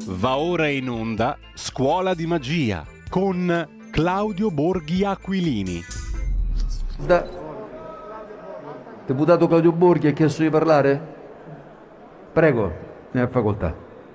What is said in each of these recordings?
Va ora in onda Scuola di Magia con Claudio Borghi Aquilini. Deputato Claudio Borghi ha chiesto di parlare? Prego, ne ha facoltà.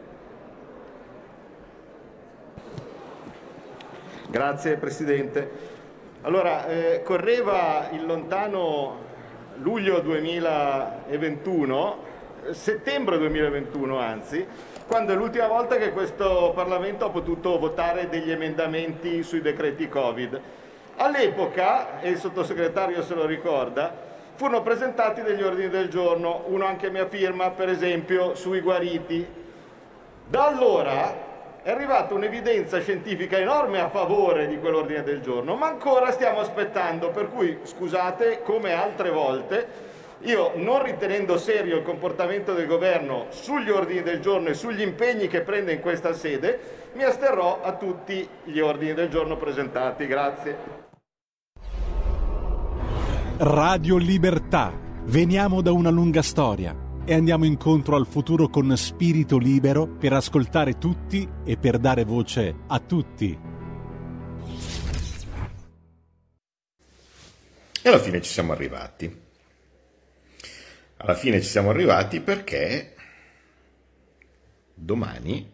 Grazie Presidente. Allora, correva il lontano luglio 2021, settembre 2021 anzi, quando è l'ultima volta che questo Parlamento ha potuto votare degli emendamenti sui decreti Covid. All'epoca, e il sottosegretario se lo ricorda, furono presentati degli ordini del giorno, uno anche a mia firma, per esempio sui guariti. Da allora è arrivata un'evidenza scientifica enorme a favore di quell'ordine del giorno, ma ancora stiamo aspettando, per cui scusate, come altre volte, io non ritenendo serio il comportamento del governo sugli ordini del giorno e sugli impegni che prende in questa sede, mi asterrò a tutti gli ordini del giorno presentati. Grazie. Radio Libertà. Veniamo da una lunga storia e andiamo incontro al futuro con spirito libero per ascoltare tutti e per dare voce a tutti. E alla fine ci siamo arrivati. Alla fine ci siamo arrivati perché domani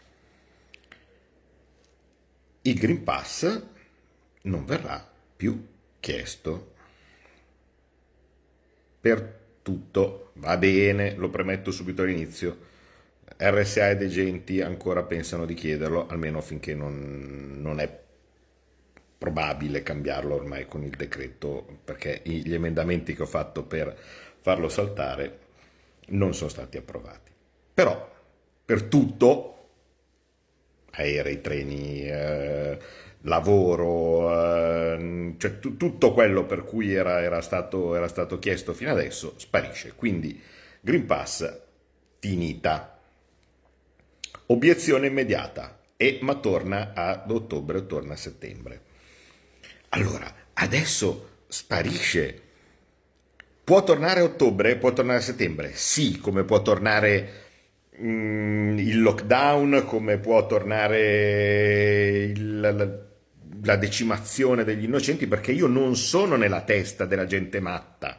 il Green Pass non verrà più chiesto per tutto. Va bene, lo premetto subito all'inizio, RSA ed agenti ancora pensano di chiederlo, almeno finché non è probabile cambiarlo ormai con il decreto, perché gli emendamenti che ho fatto per farlo saltare non sono stati approvati. Però per tutto, aerei, treni, lavoro, cioè tutto quello per cui era stato chiesto fino adesso sparisce. Quindi Green Pass finita. Obiezione immediata, ma torna ad ottobre o torna a settembre. Allora, adesso sparisce. Può tornare a ottobre? Può tornare a settembre? Sì, come può tornare il lockdown, come può tornare la decimazione degli innocenti, perché io non sono nella testa della gente matta,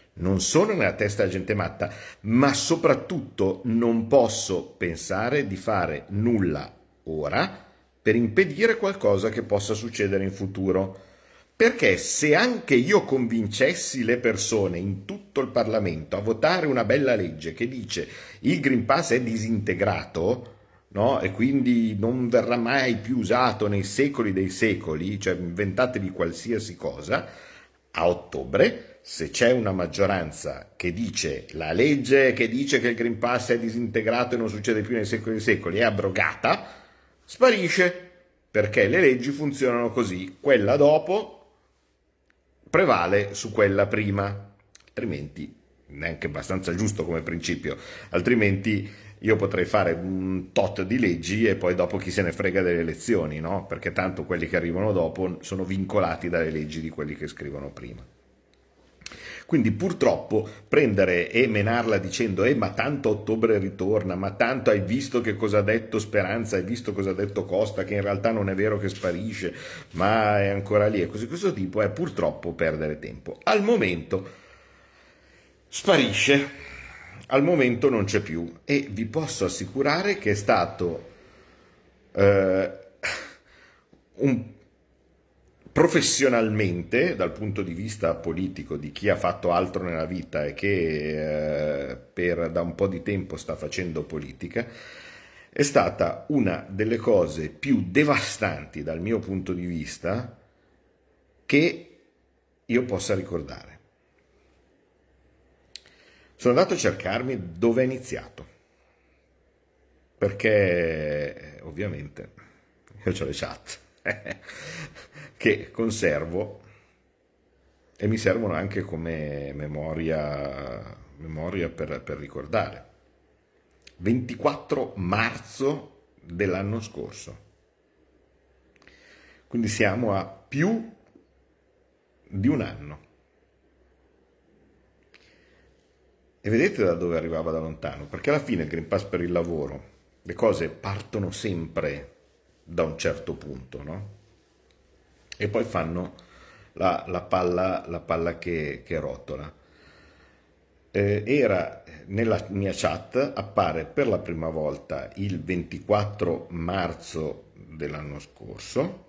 ma soprattutto non posso pensare di fare nulla ora per impedire qualcosa che possa succedere in futuro. Perché se anche io convincessi le persone in tutto il Parlamento a votare una bella legge che dice il Green Pass è disintegrato, no? E quindi non verrà mai più usato nei secoli dei secoli, cioè inventatevi qualsiasi cosa, a ottobre, se c'è una maggioranza che dice la legge che dice che il Green Pass è disintegrato e non succede più nei secoli dei secoli è abrogata, sparisce, perché le leggi funzionano così, quella dopo prevale su quella prima, altrimenti neanche abbastanza giusto come principio, altrimenti io potrei fare un tot di leggi e poi dopo chi se ne frega delle elezioni, no? Perché tanto quelli che arrivano dopo sono vincolati dalle leggi di quelli che scrivono prima. Quindi purtroppo prendere e menarla dicendo ma tanto a ottobre ritorna, ma tanto hai visto che cosa ha detto Speranza, hai visto cosa ha detto Costa, che in realtà non è vero che sparisce, ma è ancora lì, e così questo tipo è purtroppo perdere tempo. Al momento sparisce, al momento non c'è più, e vi posso assicurare che è stato professionalmente, dal punto di vista politico, di chi ha fatto altro nella vita e che da un po' di tempo sta facendo politica, è stata una delle cose più devastanti dal mio punto di vista che io possa ricordare. Sono andato a cercarmi dove è iniziato, perché ovviamente io ho le chat che conservo e mi servono anche come memoria per ricordare. 24 marzo dell'anno scorso, quindi siamo a più di un anno. E vedete da dove arrivava da lontano, perché alla fine il Green Pass per il lavoro le cose partono sempre da un certo punto, no? E poi fanno la palla che rotola. Era nella mia chat, appare per la prima volta il 24 marzo dell'anno scorso,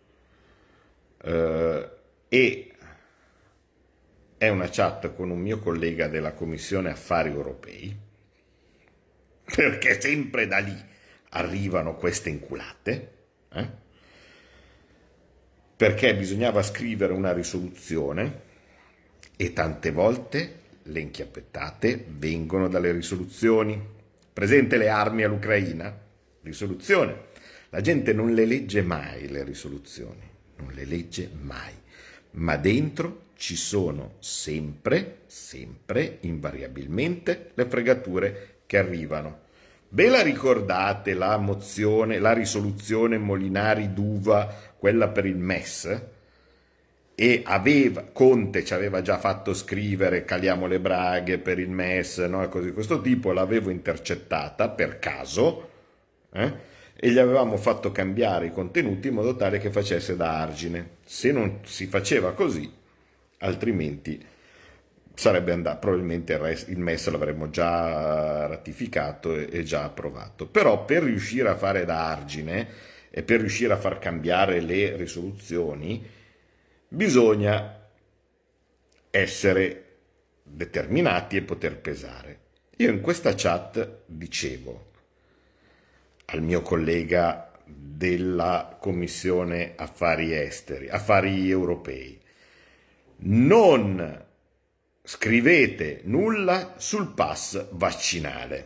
e è una chat con un mio collega della Commissione Affari Europei, perché sempre da lì arrivano queste inculate, perché bisognava scrivere una risoluzione e tante volte le inchiappettate vengono dalle risoluzioni. Presente le armi all'Ucraina? Risoluzione. La gente non le legge mai le risoluzioni, non le legge mai, ma dentro ci sono sempre, invariabilmente, le fregature che arrivano. Ve la ricordate la mozione, la risoluzione Molinari-D'Uva, quella per il MES? E Conte ci aveva già fatto scrivere caliamo le braghe per il MES, no? E cose di questo tipo, l'avevo intercettata per caso, e gli avevamo fatto cambiare i contenuti in modo tale che facesse da argine. Se non si faceva così, altrimenti sarebbe andato, probabilmente il MES l'avremmo già ratificato e già approvato. Però per riuscire a fare da argine e per riuscire a far cambiare le risoluzioni bisogna essere determinati e poter pesare. Io in questa chat dicevo al mio collega della Commissione Affari Esteri, Affari Europei, non scrivete nulla sul pass vaccinale.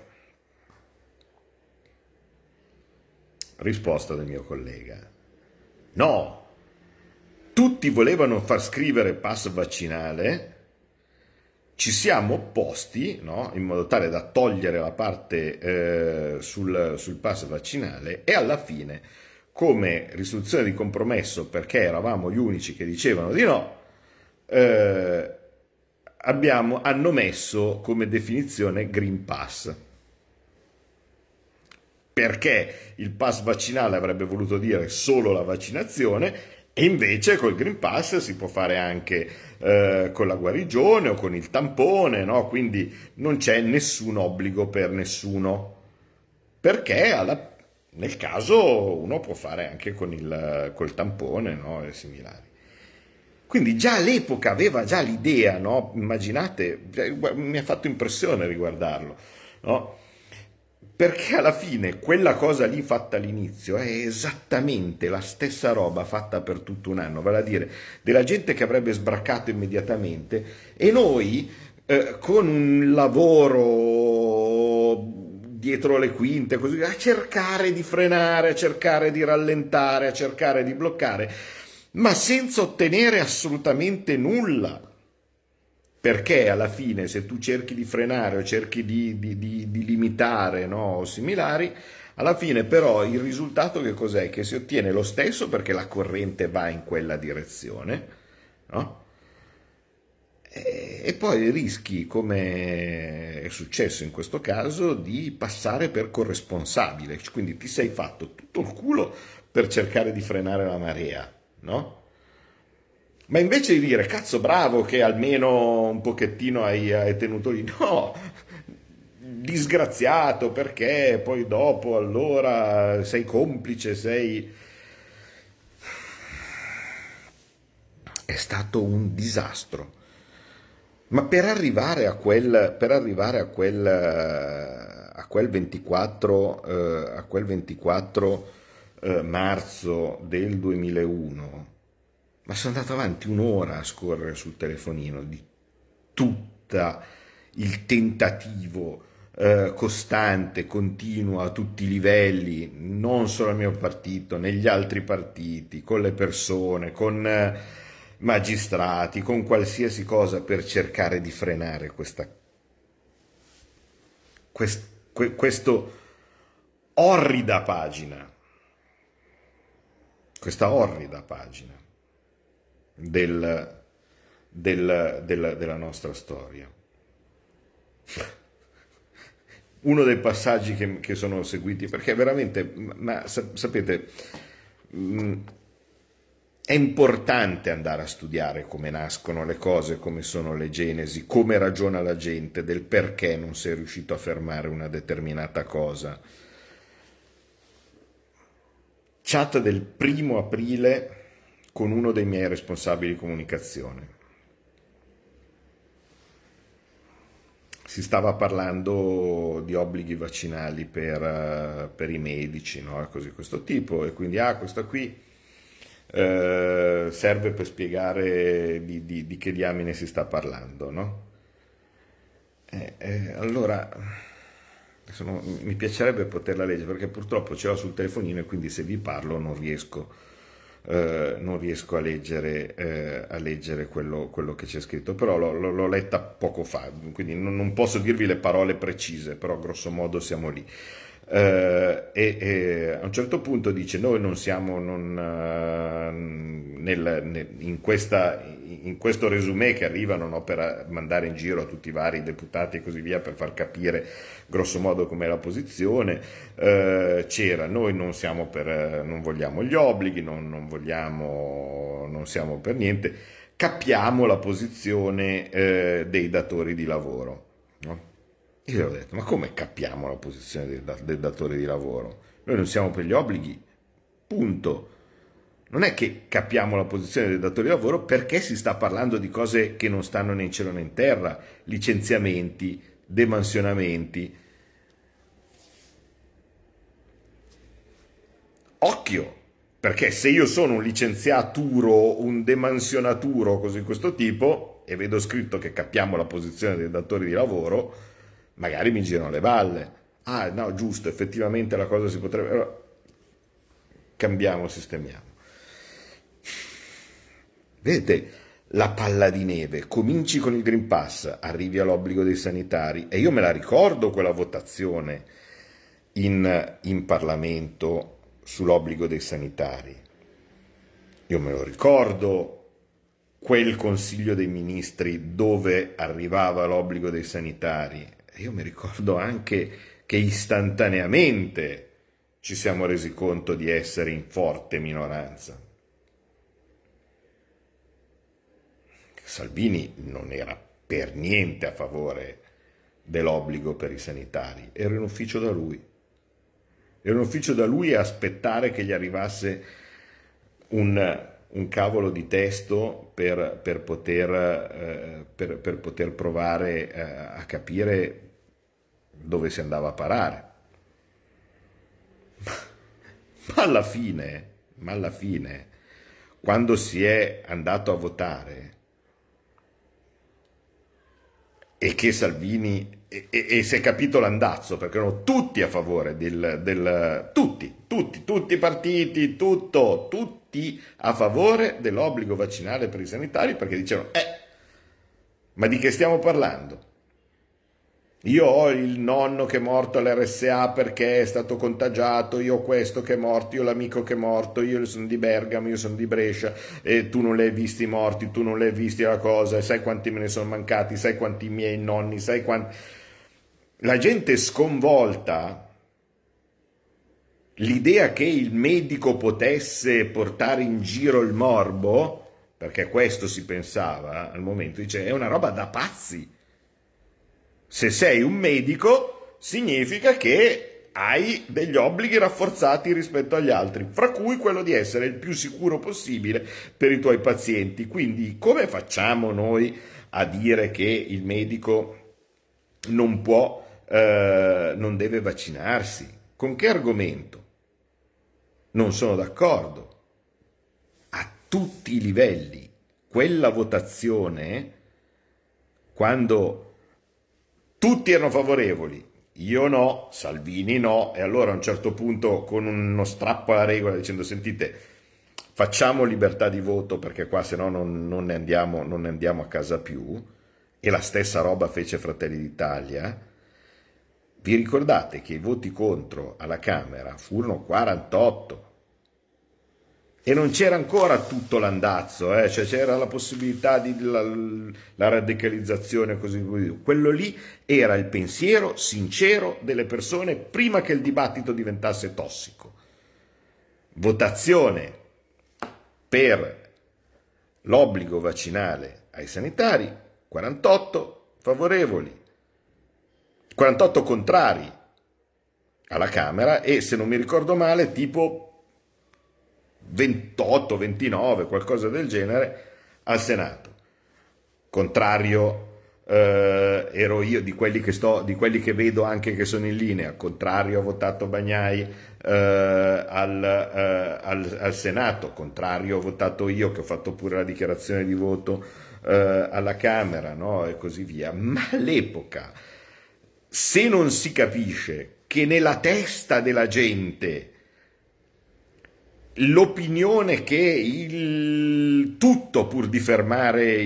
Risposta del mio collega: no, tutti volevano far scrivere pass vaccinale, ci siamo opposti, no? In modo tale da togliere la parte sul pass vaccinale, e alla fine, come risoluzione di compromesso, perché eravamo gli unici che dicevano di no, hanno messo come definizione Green Pass, perché il pass vaccinale avrebbe voluto dire solo la vaccinazione, e invece col Green Pass si può fare anche con la guarigione o con il tampone, no? Quindi non c'è nessun obbligo per nessuno, perché nel caso uno può fare anche col tampone, no? E similari. Quindi già all'epoca aveva già l'idea, no? Immaginate, mi ha fatto impressione riguardarlo, no? Perché alla fine quella cosa lì fatta all'inizio è esattamente la stessa roba fatta per tutto un anno, vale a dire della gente che avrebbe sbraccato immediatamente, e noi con un lavoro dietro le quinte, così, a cercare di frenare, a cercare di rallentare, a cercare di bloccare, ma senza ottenere assolutamente nulla. Perché alla fine, se tu cerchi di frenare o cerchi di limitare, no, o similari, alla fine però il risultato che cos'è? Che si ottiene lo stesso, perché la corrente va in quella direzione, no? E poi rischi, come è successo in questo caso, di passare per corresponsabile, quindi ti sei fatto tutto il culo per cercare di frenare la marea, no? Ma invece di dire, cazzo bravo che almeno un pochettino hai tenuto lì, no, disgraziato, perché poi dopo allora sei complice, È stato un disastro. Ma per arrivare a quel 24 marzo del 2001, ma sono andato avanti un'ora a scorrere sul telefonino di tutta il tentativo costante, continuo, a tutti i livelli, non solo al mio partito, negli altri partiti, con le persone, con magistrati, con qualsiasi cosa, per cercare di frenare questa orrida pagina, questa orrida pagina della nostra storia. uno dei passaggi che sono seguiti, perché veramente, sapete, è importante andare a studiare come nascono le cose, come sono le genesi, come ragiona la gente, del perché non sei riuscito a fermare una determinata cosa. Chat del 1° aprile con uno dei miei responsabili comunicazione. Si stava parlando di obblighi vaccinali per i medici, no? Così, questo tipo, e quindi questa qui serve per spiegare di che diamine si sta parlando, no? Allora, mi piacerebbe poterla leggere, perché purtroppo ce l'ho sul telefonino e quindi se vi parlo non riesco a leggere quello che c'è scritto, però l'ho letta poco fa, quindi non posso dirvi le parole precise, però grosso modo siamo lì. E a un certo punto dice: noi non siamo in questo resumé che arrivano, no, per mandare in giro a tutti i vari deputati e così via, per far capire grosso modo com'è la posizione, c'era: noi non vogliamo gli obblighi, non siamo per niente, capiamo la posizione dei datori di lavoro, no? Io gli ho detto: ma come capiamo la posizione dei datori di lavoro? Noi non siamo per gli obblighi, punto. Non è che capiamo la posizione dei datori di lavoro, perché si sta parlando di cose che non stanno né in cielo né in terra, licenziamenti, demansionamenti. Occhio, perché se io sono un licenziaturo, un demansionaturo, così di questo tipo, e vedo scritto che capiamo la posizione dei datori di lavoro, magari mi girano le balle. No, giusto, effettivamente la cosa si potrebbe... Allora, cambiamo, sistemiamo. Vedete la palla di neve? Cominci con il Green Pass, arrivi all'obbligo dei sanitari, e io me la ricordo quella votazione in Parlamento sull'obbligo dei sanitari. Io me lo ricordo quel Consiglio dei Ministri dove arrivava l'obbligo dei sanitari. Io mi ricordo anche che istantaneamente ci siamo resi conto di essere in forte minoranza. Salvini non era per niente a favore dell'obbligo per i sanitari, ero in ufficio da lui. Ero in ufficio da lui a aspettare che gli arrivasse un cavolo di testo per poter provare a capire dove si andava a parare. Ma alla fine, quando si è andato a votare e che Salvini e si è capito l'andazzo, perché erano tutti a favore tutti i partiti, tutti a favore dell'obbligo vaccinale per i sanitari, perché dicevano: ma di che stiamo parlando? Io ho il nonno che è morto all'RSA perché è stato contagiato, io ho questo che è morto, io ho l'amico che è morto, io sono di Bergamo, io sono di Brescia, e tu non li hai visti i morti, tu non li hai visti la cosa, e sai quanti me ne sono mancati, sai quanti miei nonni, sai quanti... La gente sconvolta, l'idea che il medico potesse portare in giro il morbo, perché questo si pensava al momento, dice: è una roba da pazzi. Se sei un medico significa che hai degli obblighi rafforzati rispetto agli altri, fra cui quello di essere il più sicuro possibile per i tuoi pazienti. Quindi come facciamo noi a dire che il medico non può, non deve vaccinarsi? Con che argomento? Non sono d'accordo. A tutti i livelli. Quella votazione, quando tutti erano favorevoli, io no, Salvini no, e allora a un certo punto, con uno strappo alla regola, dicendo: sentite, facciamo libertà di voto, perché qua se no non ne andiamo a casa più, e la stessa roba fece Fratelli d'Italia. Vi ricordate che i voti contro alla Camera furono 48, e non c'era ancora tutto l'andazzo, cioè c'era la possibilità di la radicalizzazione, così via. Quello lì era il pensiero sincero delle persone prima che il dibattito diventasse tossico. Votazione per l'obbligo vaccinale ai sanitari, 48 favorevoli, 48 contrari alla Camera e, se non mi ricordo male, tipo 28, 29, qualcosa del genere al Senato. Contrario ero io, di quelli che vedo anche che sono in linea. Contrario ha votato Bagnai al Senato, contrario ho votato io, che ho fatto pure la dichiarazione di voto alla Camera, no? E così via. Ma all'epoca, se non si capisce che nella testa della gente l'opinione che tutto pur di fermare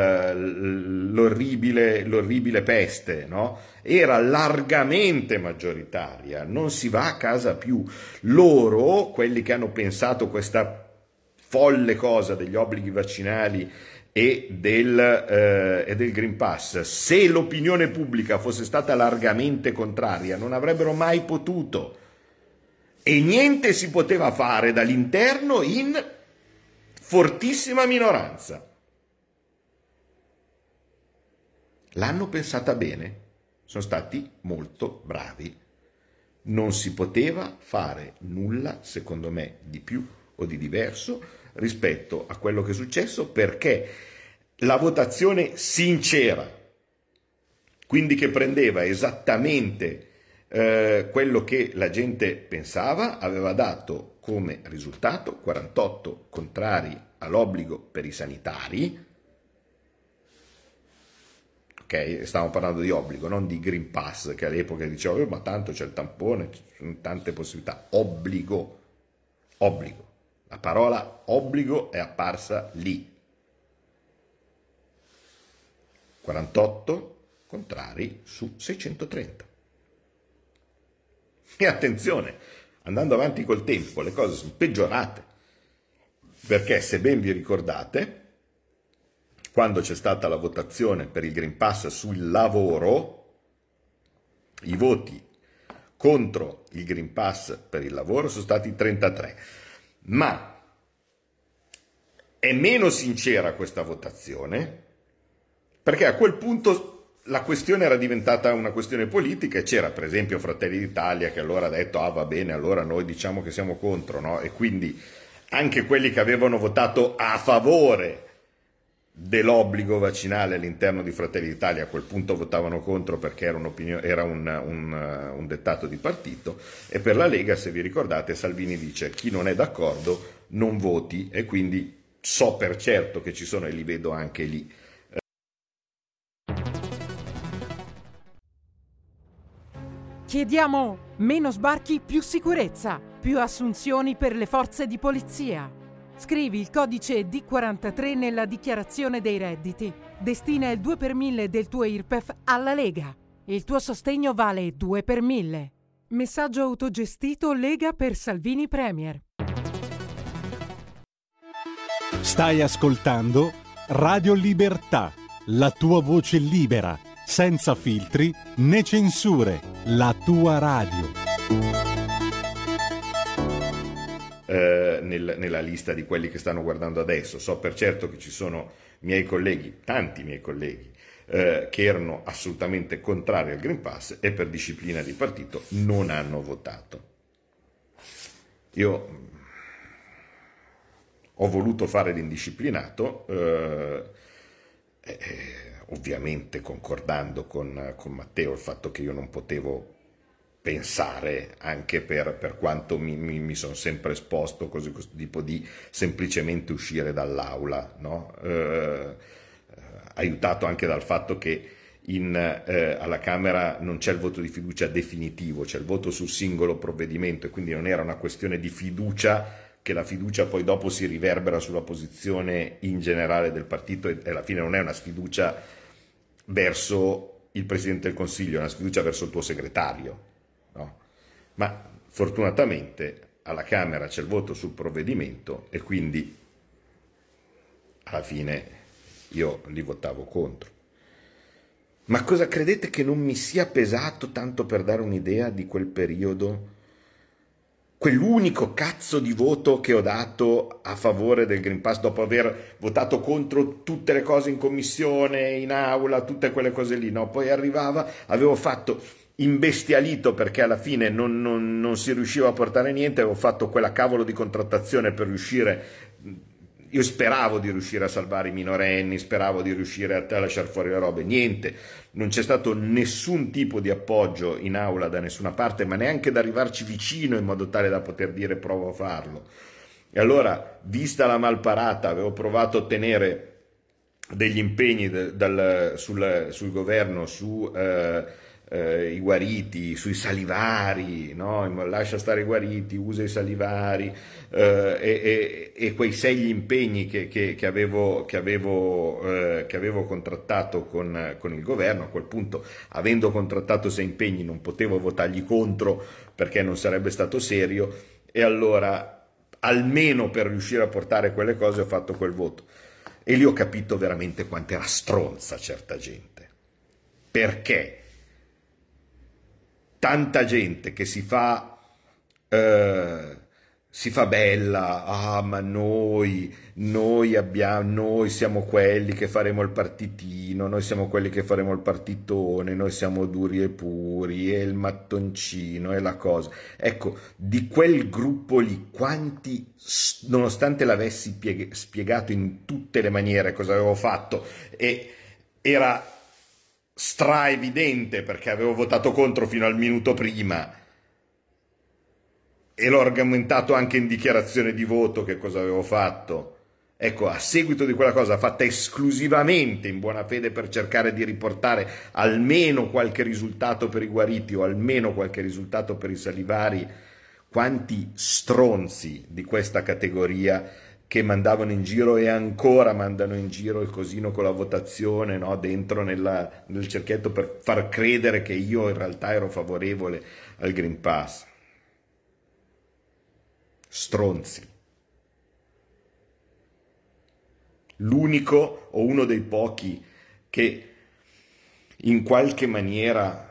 l'orribile peste, no? Era largamente maggioritaria, non si va a casa più. Loro, quelli che hanno pensato questa folle cosa degli obblighi vaccinali e del Green Pass, se l'opinione pubblica fosse stata largamente contraria, non avrebbero mai potuto. E niente si poteva fare dall'interno in fortissima minoranza. L'hanno pensata bene, sono stati molto bravi. Non si poteva fare nulla, secondo me, di più o di diverso rispetto a quello che è successo, perché la votazione sincera, quindi che prendeva esattamente quello che la gente pensava, aveva dato come risultato 48 contrari all'obbligo per i sanitari, ok? Stiamo parlando di obbligo, non di Green Pass, che all'epoca diceva ma tanto c'è il tampone, ci sono tante possibilità. Obbligo, la parola obbligo è apparsa lì. 48 contrari su 630. E attenzione, andando avanti col tempo, le cose sono peggiorate, perché se ben vi ricordate, quando c'è stata la votazione per il Green Pass sul lavoro, i voti contro il Green Pass per il lavoro sono stati 33, ma è meno sincera questa votazione, perché a quel punto la questione era diventata una questione politica e c'era per esempio Fratelli d'Italia che allora ha detto va bene, allora noi diciamo che siamo contro, no? E quindi anche quelli che avevano votato a favore dell'obbligo vaccinale all'interno di Fratelli d'Italia a quel punto votavano contro, perché era un dettato di partito. E per la Lega, se vi ricordate, Salvini dice chi non è d'accordo non voti, e quindi so per certo che ci sono, e li vedo anche lì, Chiediamo meno sbarchi, più sicurezza, più assunzioni per le forze di polizia. Scrivi il codice D43 nella dichiarazione dei redditi. Destina il 2 per 1000 del tuo IRPEF alla Lega. Il tuo sostegno vale 2 per 1000. Messaggio autogestito Lega per Salvini Premier. Stai ascoltando Radio Libertà, la tua voce libera, senza filtri né censure, la tua radio. Nella lista di quelli che stanno guardando adesso, so per certo che ci sono miei colleghi, tanti miei colleghi, che erano assolutamente contrari al Green Pass e per disciplina di partito non hanno votato. Io ho voluto fare l'indisciplinato, ovviamente concordando con Matteo il fatto che io non potevo pensare, anche per quanto mi sono sempre esposto così, questo tipo di semplicemente uscire dall'aula, no? Aiutato anche dal fatto che alla Camera non c'è il voto di fiducia definitivo, c'è il voto sul singolo provvedimento, e quindi non era una questione di fiducia, che la fiducia poi dopo si riverbera sulla posizione in generale del partito, e alla fine non è una sfiducia verso il Presidente del Consiglio, è una sfiducia verso il tuo segretario, no? Ma fortunatamente alla Camera c'è il voto sul provvedimento e quindi alla fine io li votavo contro. Ma cosa credete che non mi sia pesato, tanto per dare un'idea di quel periodo, quell'unico cazzo di voto che ho dato a favore del Green Pass dopo aver votato contro tutte le cose in commissione, in aula, tutte quelle cose lì, no? Poi arrivava, avevo fatto imbestialito perché alla fine non si riusciva a portare niente, avevo fatto quella cavolo di contrattazione per riuscire. Io speravo di riuscire a salvare i minorenni, speravo di riuscire a lasciare fuori le robe, niente, non c'è stato nessun tipo di appoggio in aula da nessuna parte, ma neanche da arrivarci vicino in modo tale da poter dire provo a farlo. E allora, vista la malparata, avevo provato a ottenere degli impegni sul governo, su i guariti, sui salivari, no? Lascia stare i guariti, usa i salivari, e quei 6 impegni che avevo contrattato con il governo. A quel punto, avendo contrattato 6 impegni, non potevo votargli contro perché non sarebbe stato serio, e allora almeno per riuscire a portare quelle cose ho fatto quel voto. E lì ho capito veramente quanto era stronza certa gente, perché tanta gente che si fa bella, ma noi siamo quelli che faremo il partitino, noi siamo quelli che faremo il partitone, noi siamo duri e puri, e il mattoncino e la cosa. Ecco, di quel gruppo lì, quanti, nonostante l'avessi spiegato in tutte le maniere cosa avevo fatto, e era stra-evidente perché avevo votato contro fino al minuto prima e l'ho argomentato anche in dichiarazione di voto che cosa avevo fatto. Ecco, a seguito di quella cosa fatta esclusivamente in buona fede per cercare di riportare almeno qualche risultato per i guariti o almeno qualche risultato per i salivari, quanti stronzi di questa categoria che mandavano in giro e ancora mandano in giro il cosino con la votazione, no? Dentro nel cerchietto per far credere che io in realtà ero favorevole al Green Pass. Stronzi. L'unico o uno dei pochi che in qualche maniera,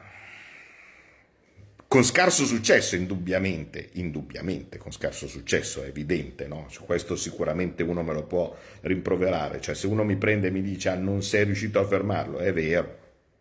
con scarso successo, indubbiamente, con scarso successo, è evidente, no? Su questo sicuramente uno me lo può rimproverare, cioè se uno mi prende e mi dice non sei riuscito a fermarlo, è vero,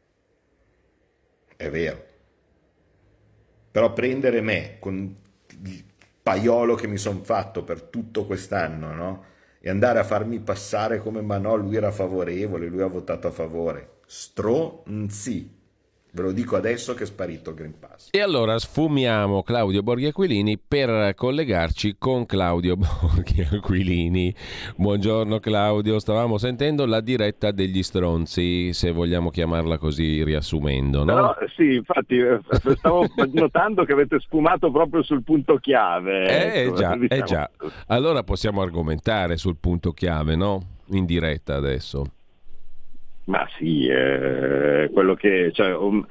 però prendere me con il paiolo che mi sono fatto per tutto quest'anno, no? E andare a farmi passare come ma no, lui era favorevole, lui ha votato a favore, stronzi. Ve lo dico adesso che è sparito il Green Pass. E allora sfumiamo Claudio Borghi Aquilini per collegarci con Claudio Borghi Aquilini. Buongiorno Claudio, stavamo sentendo la diretta degli stronzi, se vogliamo chiamarla così riassumendo, no? Però, sì, infatti stavo notando che avete sfumato proprio sul punto chiave. Ecco, già. Allora possiamo argomentare sul punto chiave, no? In diretta adesso. Ma sì, quello che ho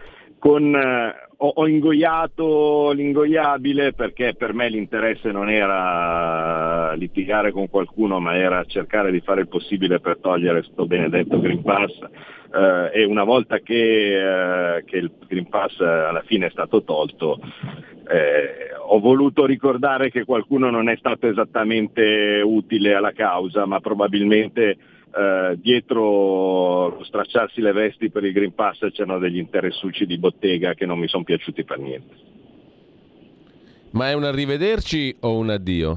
ingoiato l'ingoiabile, perché per me l'interesse non era litigare con qualcuno, ma era cercare di fare il possibile per togliere sto benedetto Green Pass, e una volta che il Green Pass alla fine è stato tolto, ho voluto ricordare che qualcuno non è stato esattamente utile alla causa, ma probabilmente dietro lo stracciarsi le vesti per il Green Pass c'erano degli interessucci di bottega che non mi sono piaciuti per niente. Ma è un arrivederci o un addio?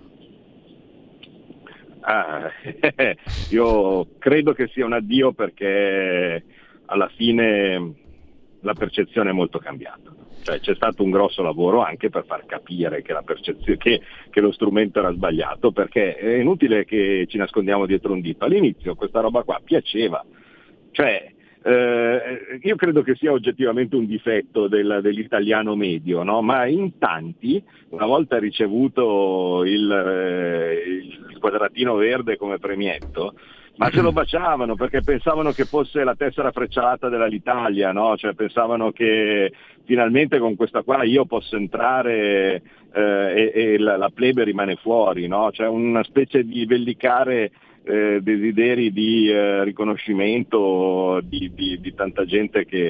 Io credo che sia un addio, perché alla fine la percezione è molto cambiata. Cioè, c'è stato un grosso lavoro anche per far capire che la percezione, che lo strumento era sbagliato, perché è inutile che ci nascondiamo dietro un dito. All'inizio questa roba qua piaceva, cioè io credo che sia oggettivamente un difetto dell'italiano medio, no? Ma in tanti, una volta ricevuto il quadratino verde come premietto, Ma se lo baciavano perché pensavano che fosse la tessera frecciata dell'Italia, no? Cioè pensavano che finalmente con questa qua io posso entrare e la plebe rimane fuori, no? Cioè una specie di vellicare desideri di riconoscimento di tanta gente che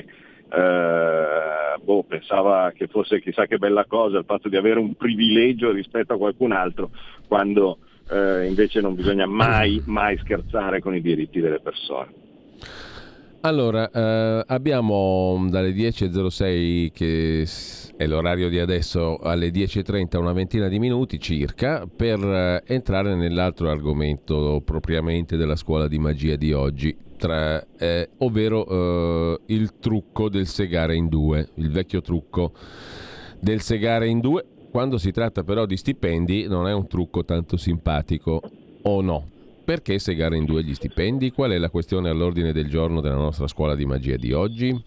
pensava che fosse chissà che bella cosa il fatto di avere un privilegio rispetto a qualcun altro, quando invece non bisogna mai scherzare con i diritti delle persone. Allora, abbiamo dalle 10.06, che è l'orario di adesso, alle 10.30, una ventina di minuti circa, per entrare nell'altro argomento propriamente della scuola di magia di oggi, ovvero il trucco del segare in due, il vecchio trucco del segare in due. Quando si tratta però di stipendi non è un trucco tanto simpatico, o no? Perché segare in due gli stipendi? Qual è la questione all'ordine del giorno della nostra scuola di magia di oggi?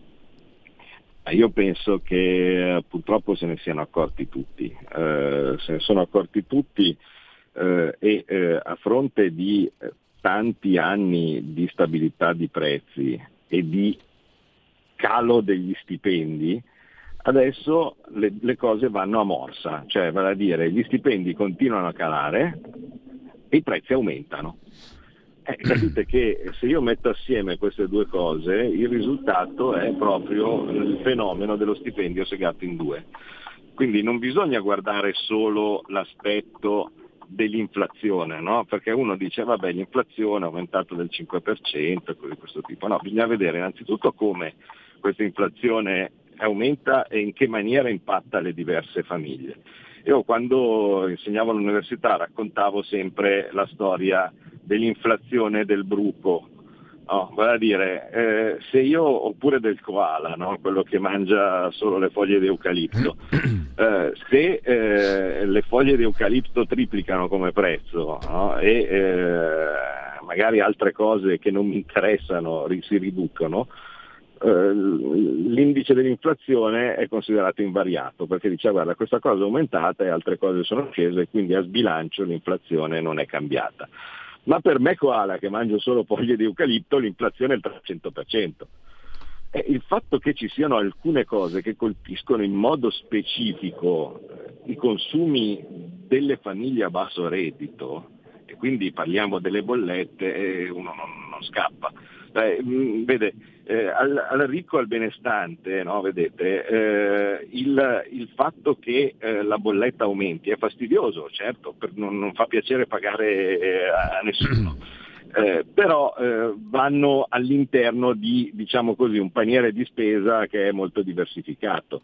Io penso che purtroppo se ne siano accorti tutti, se ne sono accorti tutti e a fronte di tanti anni di stabilità di prezzi e di calo degli stipendi, adesso le cose vanno a morsa, cioè vale a dire gli stipendi continuano a calare e i prezzi aumentano. Capite che se io metto assieme queste due cose, il risultato è proprio il fenomeno dello stipendio segato in due. Quindi non bisogna guardare solo l'aspetto dell'inflazione, no? Perché uno dice vabbè, l'inflazione è aumentato del 5% e cose di questo tipo. No, bisogna vedere innanzitutto come questa inflazione aumenta e in che maniera impatta le diverse famiglie. Io quando insegnavo all'università raccontavo sempre la storia dell'inflazione del bruco, no? Vale a dire, se io, oppure del koala, no? Quello che mangia solo le foglie di eucalipto, se le foglie di eucalipto triplicano come prezzo, no? E magari altre cose che non mi interessano si riducono, l'indice dell'inflazione è considerato invariato, perché dice guarda, questa cosa è aumentata e altre cose sono scese e quindi a sbilancio l'inflazione non è cambiata. Ma per me koala, che mangio solo foglie di eucalipto, l'inflazione è il 300%. E il fatto che ci siano alcune cose che colpiscono in modo specifico i consumi delle famiglie a basso reddito, e quindi parliamo delle bollette, e uno non scappa. Vede, al ricco e al benestante, no, vedete, il fatto che la bolletta aumenti è fastidioso, certo, non fa piacere pagare a nessuno, però vanno all'interno di, diciamo così, un paniere di spesa che è molto diversificato.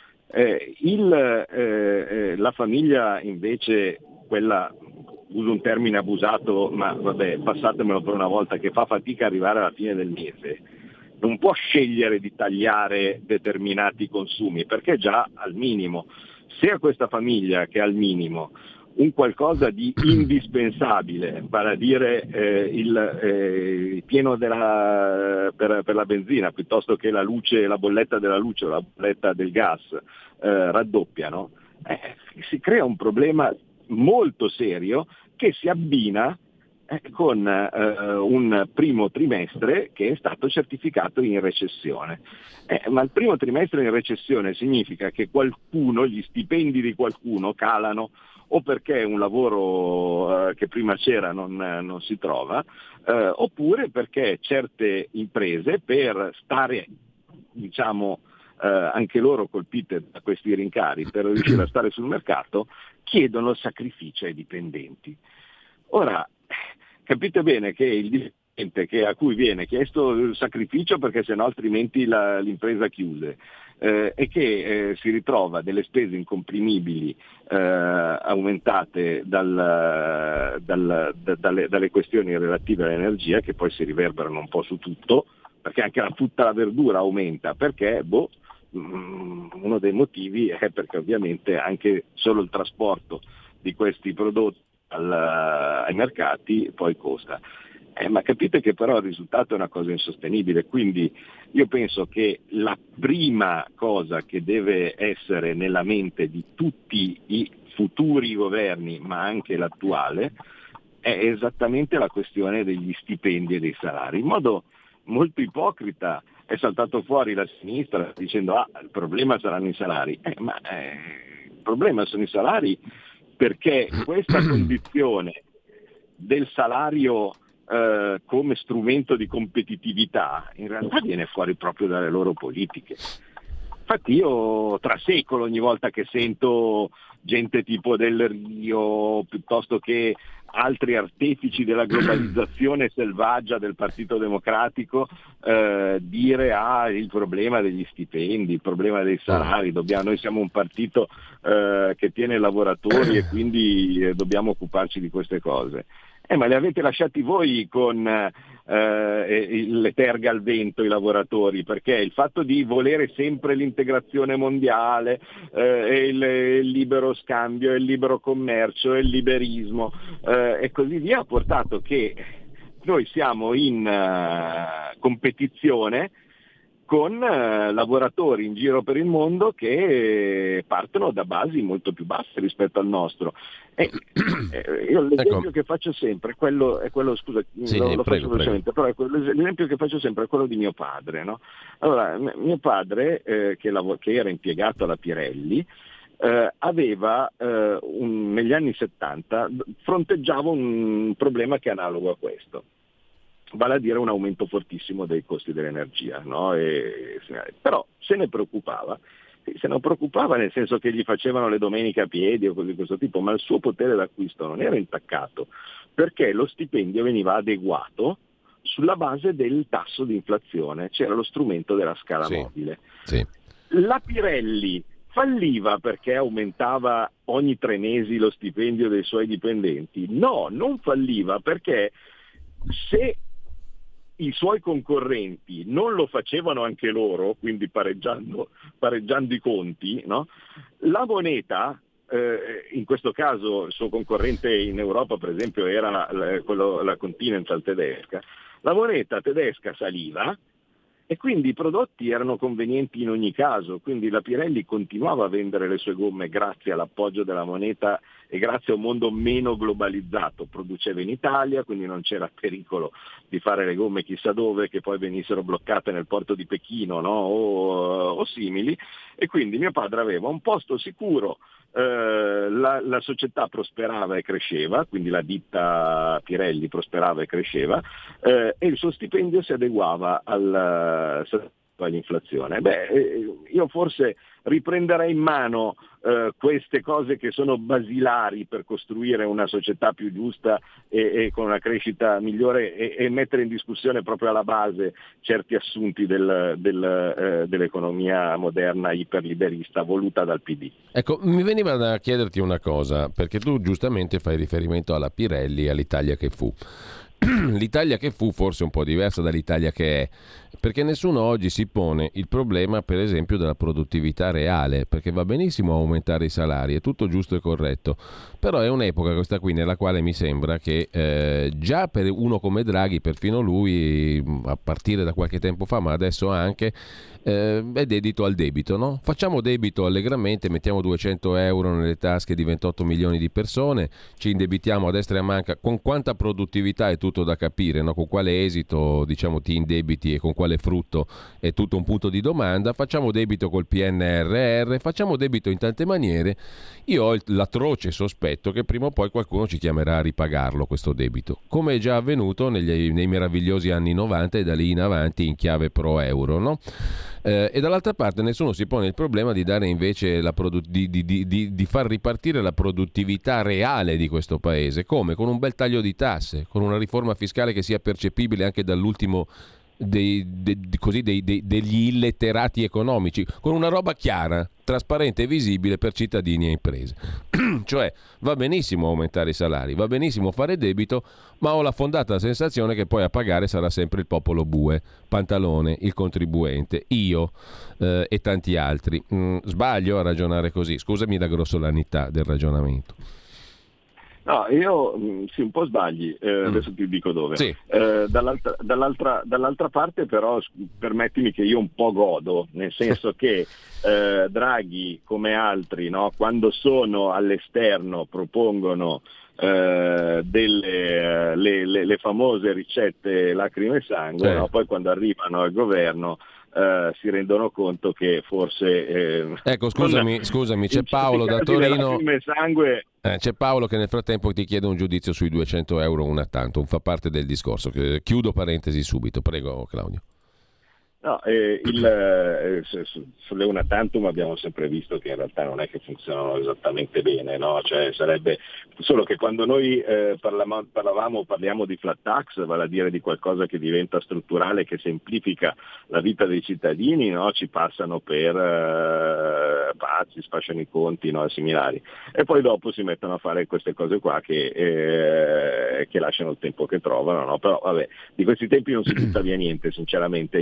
La famiglia invece, quella, uso un termine abusato, ma vabbè, passatemelo per una volta, che fa fatica ad arrivare alla fine del mese, non può scegliere di tagliare determinati consumi perché è già al minimo. Se a questa famiglia che è al minimo un qualcosa di indispensabile, vale a dire il pieno per la benzina, piuttosto che la luce, la bolletta della luce o la bolletta del gas raddoppiano, si crea un problema molto serio che si abbina con un primo trimestre che è stato certificato in recessione. Ma il primo trimestre in recessione significa che gli stipendi di qualcuno calano, o perché un lavoro che prima c'era non si trova, oppure perché certe imprese, per stare, diciamo, anche loro colpite da questi rincari, per riuscire a stare sul mercato, chiedono sacrifici ai dipendenti. Ora, capite bene che il dipendente a cui viene chiesto il sacrificio perché sennò altrimenti l'impresa chiude, e che si ritrova delle spese incomprimibili aumentate dalle questioni relative all'energia, che poi si riverberano un po' su tutto, perché anche tutta la verdura aumenta, perché uno dei motivi è perché ovviamente anche solo il trasporto di questi prodotti ai mercati poi costa. Ma capite che però il risultato è una cosa insostenibile, quindi io penso che la prima cosa che deve essere nella mente di tutti i futuri governi, ma anche l'attuale, è esattamente la questione degli stipendi e dei salari. In modo molto ipocrita è saltato fuori la sinistra dicendo il problema saranno i salari. Il problema sono i salari, perché questa condizione del salario come strumento di competitività in realtà viene fuori proprio dalle loro politiche. Infatti io trasecolo ogni volta che sento gente tipo Del Rio piuttosto che altri artefici della globalizzazione selvaggia del Partito Democratico dire il problema degli stipendi, il problema dei salari, noi siamo un partito che tiene lavoratori e quindi dobbiamo occuparci di queste cose. Ma li avete lasciati voi con le terga al vento i lavoratori, perché il fatto di volere sempre l'integrazione mondiale il libero scambio, il libero commercio, il liberismo e così via ha portato che noi siamo in competizione con lavoratori in giro per il mondo che partono da basi molto più basse rispetto al nostro. Io l'esempio che faccio sempre è quello scusa, sì, lo prego, faccio velocemente, però l'esempio che faccio sempre è quello di mio padre, no? Allora, mio padre che era impiegato alla Pirelli aveva negli anni 70 fronteggiava un problema che è analogo a questo, vale a dire un aumento fortissimo dei costi dell'energia, no? Però se ne preoccupava nel senso che gli facevano le domeniche a piedi o cose di questo tipo, ma il suo potere d'acquisto non era intaccato, perché lo stipendio veniva adeguato sulla base del tasso di inflazione, c'era lo strumento della scala mobile. Sì. La Pirelli falliva perché aumentava ogni 3 mesi lo stipendio dei suoi dipendenti? No, non falliva perché se i suoi concorrenti non lo facevano anche loro, quindi pareggiando i conti, no? La moneta, in questo caso il suo concorrente in Europa per esempio era la Continental tedesca, la moneta tedesca saliva e quindi i prodotti erano convenienti in ogni caso, quindi la Pirelli continuava a vendere le sue gomme grazie all'appoggio della moneta e grazie a un mondo meno globalizzato, produceva in Italia, quindi non c'era pericolo di fare le gomme chissà dove che poi venissero bloccate nel porto di Pechino, no? o simili, e quindi mio padre aveva un posto sicuro, la società prosperava e cresceva, quindi la ditta Pirelli prosperava e cresceva, e il suo stipendio si adeguava all'inflazione. Io forse riprenderei in mano queste cose che sono basilari per costruire una società più giusta e con una crescita migliore e mettere in discussione proprio alla base certi assunti dell'economia moderna iperliberista voluta dal PD. Ecco, mi veniva da chiederti una cosa, perché tu giustamente fai riferimento alla Pirelli e all'Italia che fu. L'Italia che fu forse un po' diversa dall'Italia che è, perché nessuno oggi si pone il problema per esempio della produttività reale, perché va benissimo aumentare i salari, è tutto giusto e corretto, però è un'epoca questa qui nella quale mi sembra che già per uno come Draghi, perfino lui a partire da qualche tempo fa, ma adesso anche, è dedito al debito, no? Facciamo debito allegramente, mettiamo 200 euro nelle tasche di 28 milioni di persone, ci indebitiamo a destra e a manca, con quanta produttività è tutto da capire, no? Con quale esito diciamo ti indebiti e con quale frutto è tutto un punto di domanda. Facciamo debito col PNRR, facciamo debito in tante maniere. Io ho l'atroce sospetto che prima o poi qualcuno ci chiamerà a ripagarlo questo debito, come è già avvenuto nei meravigliosi anni 90 e da lì in avanti in chiave pro euro, no? E dall'altra parte nessuno si pone il problema di dare invece di far ripartire la produttività reale di questo paese. Come? Con un bel taglio di tasse, con una riforma fiscale che sia percepibile anche dall'ultimo degli illetterati economici, con una roba chiara, trasparente e visibile per cittadini e imprese. Cioè va benissimo aumentare i salari, va benissimo fare debito, ma ho la fondata sensazione che poi a pagare sarà sempre il popolo bue, Pantalone, il contribuente, io e tanti altri. Sbaglio a ragionare così? Scusami la grossolanità del ragionamento. No, io sì, un po' sbagli, adesso ti dico dove. Sì. Dall'altra parte però permettimi che io un po' godo, nel senso che Draghi come altri, no, quando sono all'esterno propongono le famose ricette lacrime e sangue, no? Poi quando arrivano al governo si rendono conto che forse ecco, scusami, c'è Paolo da Torino. Sangue. C'è Paolo che nel frattempo ti chiede un giudizio sui 200 euro una tantum, fa parte del discorso. Chiudo parentesi subito, prego Claudio. No, sulle una tantum abbiamo sempre visto che in realtà non è che funzionano esattamente bene, no? Cioè sarebbe solo che quando noi parliamo di flat tax, vale a dire di qualcosa che diventa strutturale, che semplifica la vita dei cittadini, no? Ci passano per pazzi, sfasciano i conti, no? Similari, e poi dopo si mettono a fare queste cose qua che lasciano il tempo che trovano, no? Però vabbè, di questi tempi non si butta via niente, sinceramente.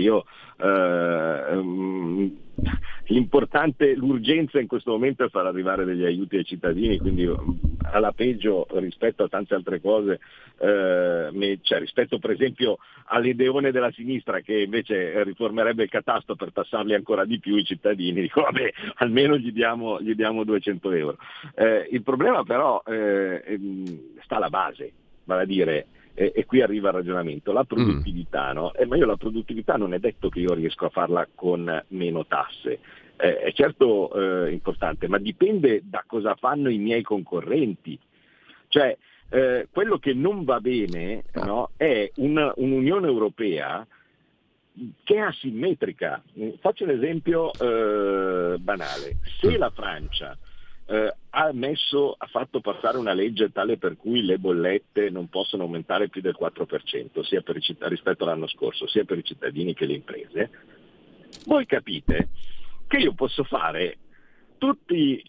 L'urgenza in questo momento è far arrivare degli aiuti ai cittadini, quindi alla peggio rispetto a tante altre cose, rispetto per esempio all'ideone della sinistra che invece riformerebbe il catasto per tassarli ancora di più i cittadini, dico vabbè, almeno gli diamo 200 euro. Il problema però sta alla base, vale a dire, e qui arriva il ragionamento, la produttività, no? Ma io la produttività non è detto che io riesco a farla con meno tasse, è certo importante, ma dipende da cosa fanno i miei concorrenti. Cioè quello che non va bene, no, è un'Unione Europea che è asimmetrica. Faccio un esempio banale: se la Francia ha fatto passare una legge tale per cui le bollette non possono aumentare più del 4% sia rispetto all'anno scorso, sia per i cittadini che le imprese, voi capite che io posso fare tutti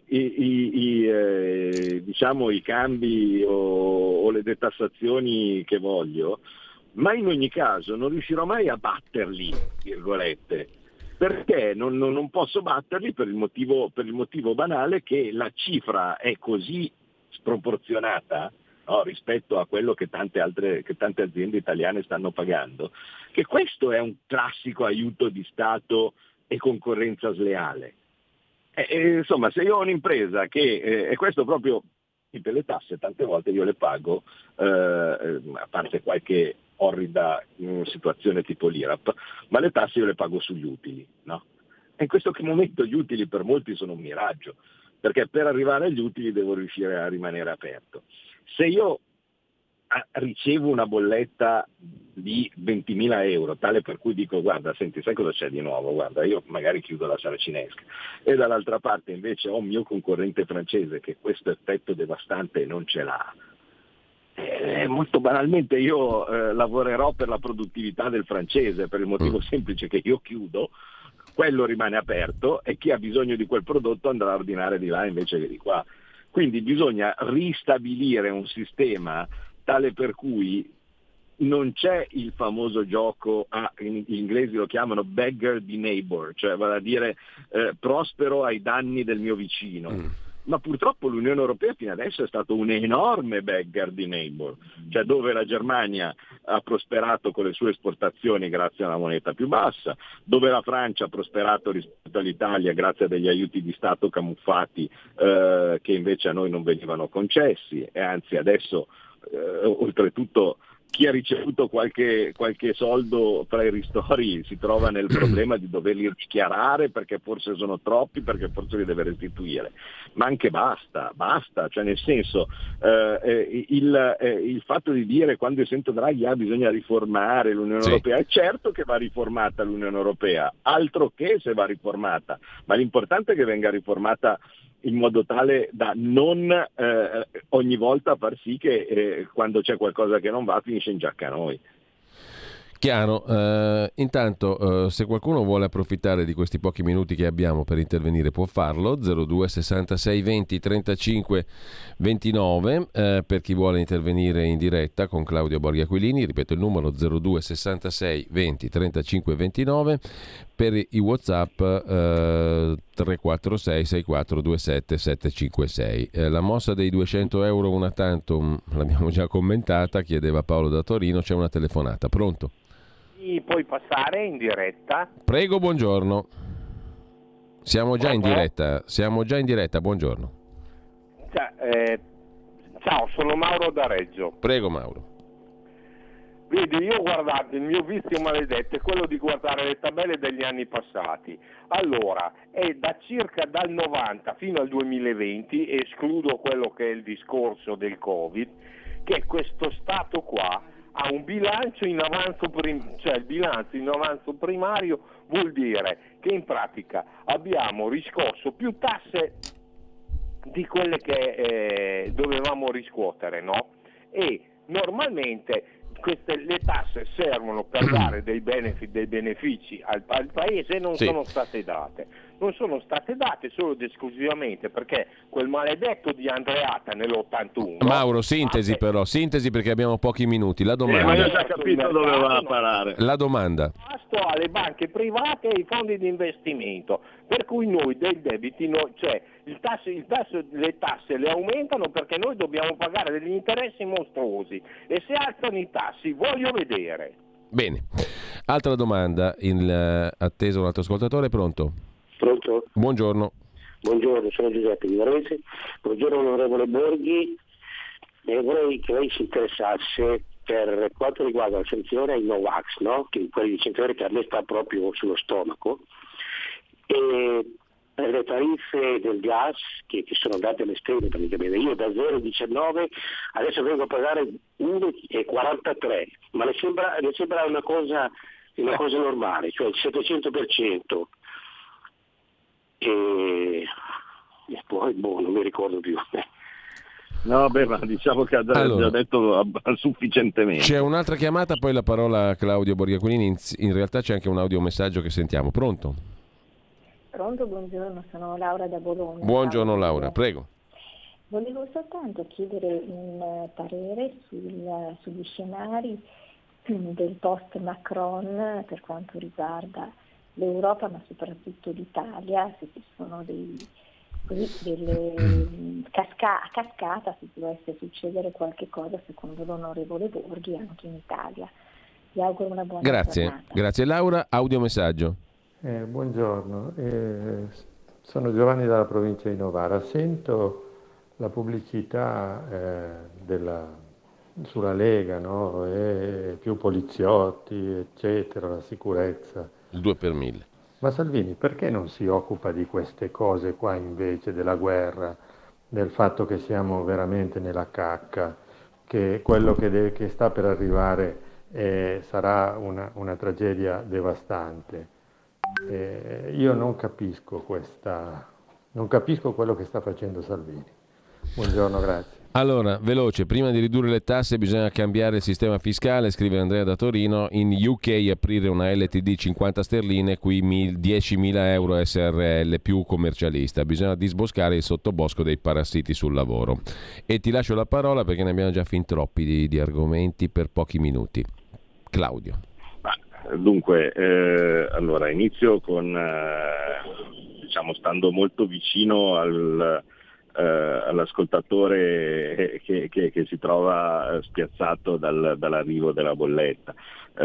i cambi o le detassazioni che voglio, ma in ogni caso non riuscirò mai a batterli, virgolette, perché non posso batterli per il motivo banale che la cifra è così sproporzionata, no, rispetto a quello che tante aziende italiane stanno pagando, che questo è un classico aiuto di Stato e concorrenza sleale. Insomma, se io ho un'impresa che, e questo proprio per le tasse tante volte io le pago, a parte qualche orrida situazione tipo l'IRAP, ma le tasse io le pago sugli utili, no? E in questo momento gli utili per molti sono un miraggio, perché per arrivare agli utili devo riuscire a rimanere aperto. Se io ricevo una bolletta di 20.000 euro, tale per cui dico guarda, senti, sai cosa c'è di nuovo? Guarda, io magari chiudo la saracinesca, e dall'altra parte invece ho un mio concorrente francese che questo effetto devastante non ce l'ha. Molto banalmente io lavorerò per la produttività del francese, per il motivo semplice che io chiudo, quello rimane aperto e chi ha bisogno di quel prodotto andrà a ordinare di là invece che di qua. Quindi bisogna ristabilire un sistema tale per cui non c'è il famoso gioco, gli inglesi lo chiamano beggar the neighbor, cioè vale a dire prospero ai danni del mio vicino. Ma purtroppo l'Unione Europea fino adesso è stato un enorme beggar di neighbor, cioè dove la Germania ha prosperato con le sue esportazioni grazie a una moneta più bassa, dove la Francia ha prosperato rispetto all'Italia grazie a degli aiuti di Stato camuffati che invece a noi non venivano concessi, e anzi adesso oltretutto chi ha ricevuto qualche soldo tra i ristori si trova nel problema di doverli dichiarare perché forse sono troppi, perché forse li deve restituire, ma anche basta, cioè nel senso il fatto di dire, quando io sento Draghi bisogna riformare l'Unione Europea, è certo che va riformata l'Unione Europea, altro che se va riformata, ma l'importante è che venga riformata in modo tale da non ogni volta far sì che quando c'è qualcosa che non va finisce in giacca a noi. Chiaro, intanto se qualcuno vuole approfittare di questi pochi minuti che abbiamo per intervenire può farlo, 02 66 20 35 29, per chi vuole intervenire in diretta con Claudio Borghi Aquilini, ripeto il numero 02 66 20 35 29, per i WhatsApp 346 6427 756. La mossa dei 200 euro una tantum l'abbiamo già commentata, chiedeva Paolo da Torino, c'è una telefonata, pronto? Puoi passare in diretta? Prego, buongiorno. Siamo già in diretta, buongiorno. Ciao, sono Mauro da Reggio. Prego Mauro. Vedi, io guardate, il mio vizio maledetto è quello di guardare le tabelle degli anni passati. Allora, è da circa dal 90 fino al 2020, escludo quello che è il discorso del Covid, che questo Stato qua ha un bilancio in avanzo, cioè il bilancio in avanzo primario vuol dire che in pratica abbiamo riscosso più tasse di quelle che dovevamo riscuotere, no? E normalmente le tasse servono per dare dei benefici al paese, non sono state date solo ed esclusivamente perché quel maledetto di Andreatta nell'81. Mauro, sintesi perché abbiamo pochi minuti. La domanda. Ma io ho già capito dove va a parare. La domanda. Alle banche private e ai fondi di investimento, per cui noi dei debiti, cioè le tasse le aumentano perché noi dobbiamo pagare degli interessi mostruosi e se alzano i tassi voglio vedere. Bene, altra domanda in attesa un altro ascoltatore, pronto? Pronto? Buongiorno. Buongiorno, sono Giuseppe di Varese. Buongiorno onorevole Borghi, vorrei che lei si interessasse per quanto riguarda la sanzione ai Novax, no? Che quelli di centrale che a me sta proprio sullo stomaco, e per le tariffe del gas che sono andate alle stelle praticamente. Io da 0,19 adesso vengo a pagare 1,43, ma le sembra una cosa normale, cioè il 700%. E poi non mi ricordo più. No, ma diciamo che ha già detto sufficientemente. C'è un'altra chiamata, poi la parola a Claudio Borghiaquilini. In realtà c'è anche un audiomessaggio che sentiamo. Pronto? Pronto, buongiorno, sono Laura da Bologna. Buongiorno Laura, prego. Volevo soltanto chiedere un parere sugli scenari del post Macron per quanto riguarda l'Europa, ma soprattutto l'Italia, se ci sono delle a cascata, se dovesse succedere qualche cosa secondo l'onorevole Borghi anche in Italia. Vi auguro una buona giornata. Grazie Laura, audiomessaggio. Buongiorno, sono Giovanni dalla provincia di Novara. Sento la pubblicità sulla Lega, no? Più poliziotti, eccetera, la sicurezza. Il 2 per 1000. Ma Salvini perché non si occupa di queste cose qua invece, della guerra, del fatto che siamo veramente nella cacca, che quello che sta per arrivare sarà una tragedia devastante? Io non capisco quello che sta facendo Salvini. Buongiorno, grazie. Allora, veloce, prima di ridurre le tasse bisogna cambiare il sistema fiscale, scrive Andrea da Torino. In UK aprire una LTD 50 sterline, qui 10.000 euro SRL più commercialista. Bisogna disboscare il sottobosco dei parassiti sul lavoro. E ti lascio la parola perché ne abbiamo già fin troppi di argomenti per pochi minuti. Claudio. Dunque, allora inizio con, stando molto vicino all'ascoltatore che si trova spiazzato dall'arrivo della bolletta.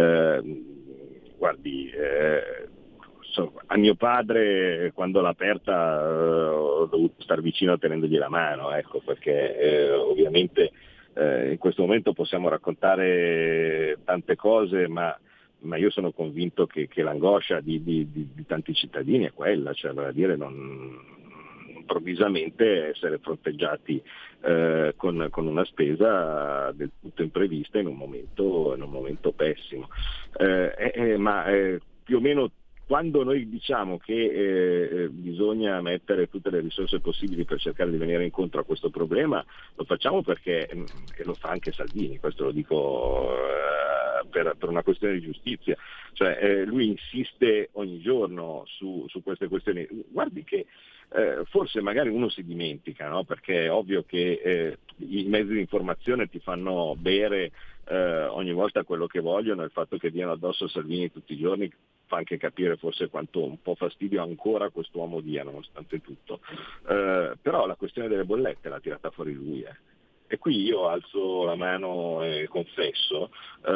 Guardi, a mio padre quando l'ha aperta ho dovuto star vicino tenendogli la mano, ecco, perché ovviamente in questo momento possiamo raccontare tante cose, ma io sono convinto che l'angoscia di tanti cittadini è quella, cioè vale a dire improvvisamente essere fronteggiati con una spesa del tutto imprevista in un momento pessimo. Ma più o meno quando noi diciamo che bisogna mettere tutte le risorse possibili per cercare di venire incontro a questo problema, lo facciamo perché, e lo fa anche Salvini, questo lo dico per una questione di giustizia, cioè lui insiste ogni giorno su queste questioni. Guardi che forse magari uno si dimentica, no? Perché è ovvio che i mezzi di informazione ti fanno bere ogni volta quello che vogliono, il fatto che diano addosso a Salvini tutti i giorni fa anche capire forse quanto un po' fastidio ancora quest'uomo dia nonostante tutto, però la questione delle bollette l'ha tirata fuori lui, e qui io alzo la mano e confesso,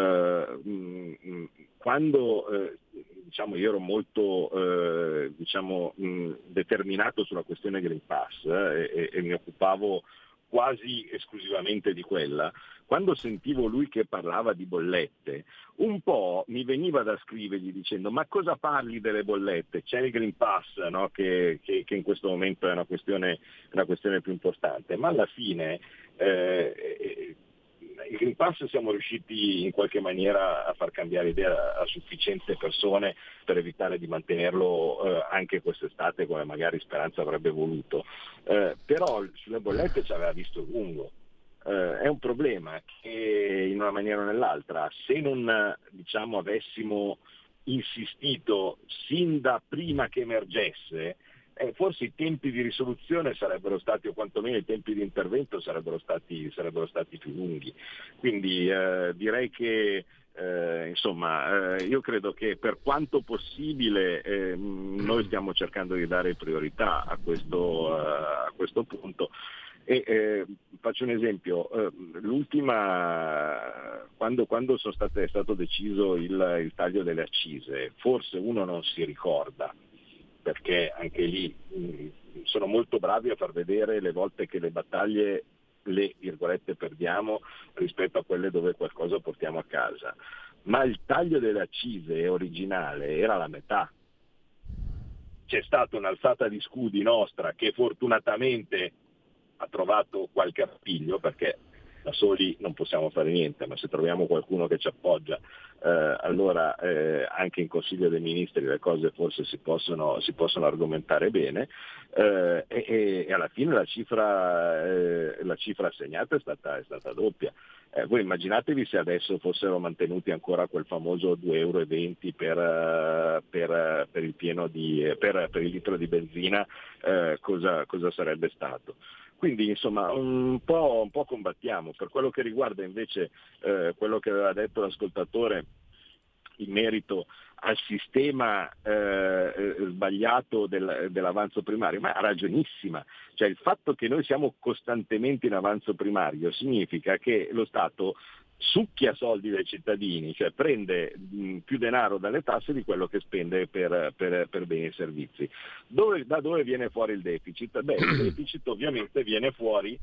quando io ero molto determinato sulla questione Green Pass e mi occupavo quasi esclusivamente di quella, quando sentivo lui che parlava di bollette, un po' mi veniva da scrivergli dicendo: ma cosa parli delle bollette? C'è il Green Pass, no? che in questo momento è una questione più importante, ma alla fine il Green Pass siamo riusciti in qualche maniera a far cambiare idea a sufficiente persone per evitare di mantenerlo anche quest'estate come magari Speranza avrebbe voluto, però sulle bollette ci aveva visto lungo. È un problema che in una maniera o nell'altra, se non avessimo insistito sin da prima che emergesse, forse i tempi di risoluzione sarebbero stati, o quantomeno i tempi di intervento sarebbero stati più lunghi. Quindi direi che io credo che per quanto possibile noi stiamo cercando di dare priorità a questo punto. E faccio un esempio, quando è stato deciso il taglio delle accise, forse uno non si ricorda, perché anche lì sono molto bravi a far vedere le volte che le battaglie le virgolette perdiamo rispetto a quelle dove qualcosa portiamo a casa, ma il taglio delle accise originale era la metà. C'è stata un'alzata di scudi nostra che fortunatamente ha trovato qualche appiglio, perché da soli non possiamo fare niente, ma se troviamo qualcuno che ci appoggia, allora anche in Consiglio dei Ministri le cose forse si possono argomentare bene, e alla fine la cifra assegnata è stata doppia. Voi immaginatevi se adesso fossero mantenuti ancora quel famoso 2,20 € per il per il litro di benzina, cosa sarebbe stato. Quindi insomma un po' combattiamo. Per quello che riguarda invece quello che aveva detto l'ascoltatore in merito al sistema sbagliato dell'avanzo primario, ma ha ragionissima. Cioè il fatto che noi siamo costantemente in avanzo primario significa che lo Stato succhia soldi dai cittadini, cioè prende più denaro dalle tasse di quello che spende per beni e servizi. Da dove viene fuori il deficit? Il deficit ovviamente viene fuori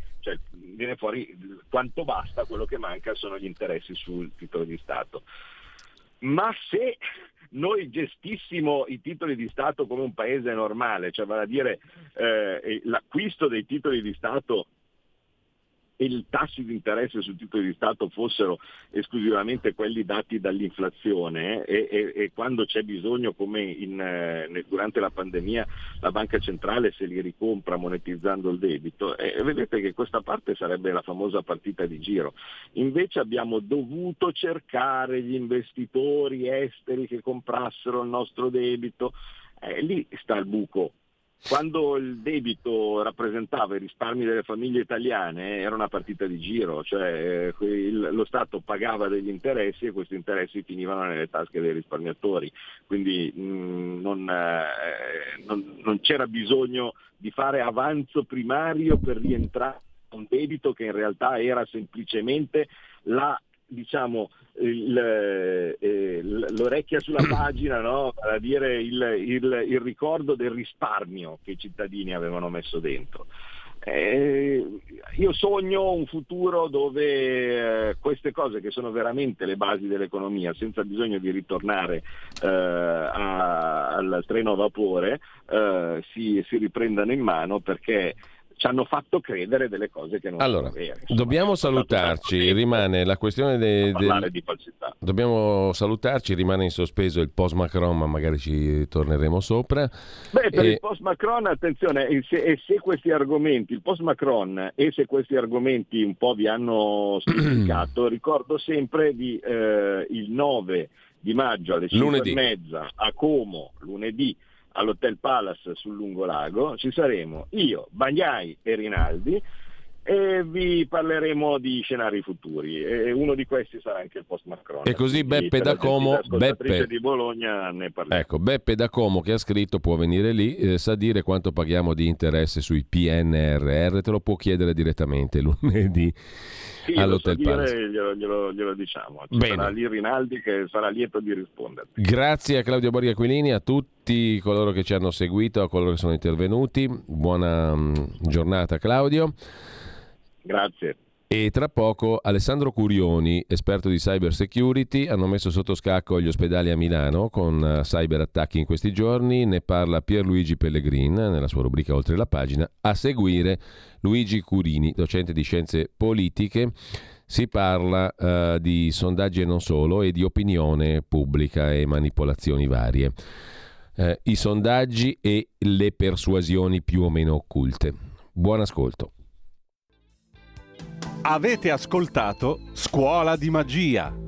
quanto basta, quello che manca sono gli interessi sul titolo di Stato. Ma se noi gestissimo i titoli di Stato come un paese normale, cioè vale a dire l'acquisto dei titoli di Stato e i tassi di interesse sui titoli di Stato fossero esclusivamente quelli dati dall'inflazione, e quando c'è bisogno, come durante la pandemia, la banca centrale se li ricompra monetizzando il debito, vedete che questa parte sarebbe la famosa partita di giro. Invece abbiamo dovuto cercare gli investitori esteri che comprassero il nostro debito, lì sta il buco. Quando il debito rappresentava i risparmi delle famiglie italiane era una partita di giro, cioè lo Stato pagava degli interessi e questi interessi finivano nelle tasche dei risparmiatori, quindi non c'era bisogno di fare avanzo primario per rientrare un debito che in realtà era semplicemente l'orecchia sulla pagina, no? A dire il ricordo del risparmio che i cittadini avevano messo dentro. Io sogno un futuro dove queste cose, che sono veramente le basi dell'economia, senza bisogno di ritornare al treno a vapore, si riprendano in mano, perché ci hanno fatto credere delle cose che non sono vere. Dobbiamo salutarci, rimane la questione di falsità. Dobbiamo salutarci, rimane in sospeso il post Macron, ma magari ci torneremo sopra. Per il post Macron, attenzione, se questi argomenti, il post Macron, e se questi argomenti un po' vi hanno stuzzicato, ricordo sempre il 9 di maggio alle 5:30 a Como, lunedì, all'Hotel Palace sul Lungolago, ci saremo io, Bagnai e Rinaldi, e vi parleremo di scenari futuri, e uno di questi sarà anche il post Macron. E così Beppe da Como, di Bologna, ne parleremo. Ecco, Beppe da Como, che ha scritto, può venire lì, sa dire quanto paghiamo di interesse sui PNRR, te lo può chiedere direttamente lunedì all'Hotel Palace. Glielo diciamo. Sarà lì Rinaldi, che sarà lieto di rispondere. Grazie a Claudio Borghi Aquilini, a tutti coloro che ci hanno seguito, a coloro che sono intervenuti. Buona giornata, Claudio. Grazie. E tra poco Alessandro Curioni, esperto di cyber security, hanno messo sotto scacco gli ospedali a Milano con cyber attacchi in questi giorni. Ne parla Pierluigi Pellegrin nella sua rubrica Oltre la pagina. A seguire Luigi Curini, docente di scienze politiche. Si parla di sondaggi e non solo, e di opinione pubblica e manipolazioni varie. I sondaggi e le persuasioni più o meno occulte. Buon ascolto. Avete ascoltato Scuola di Magia.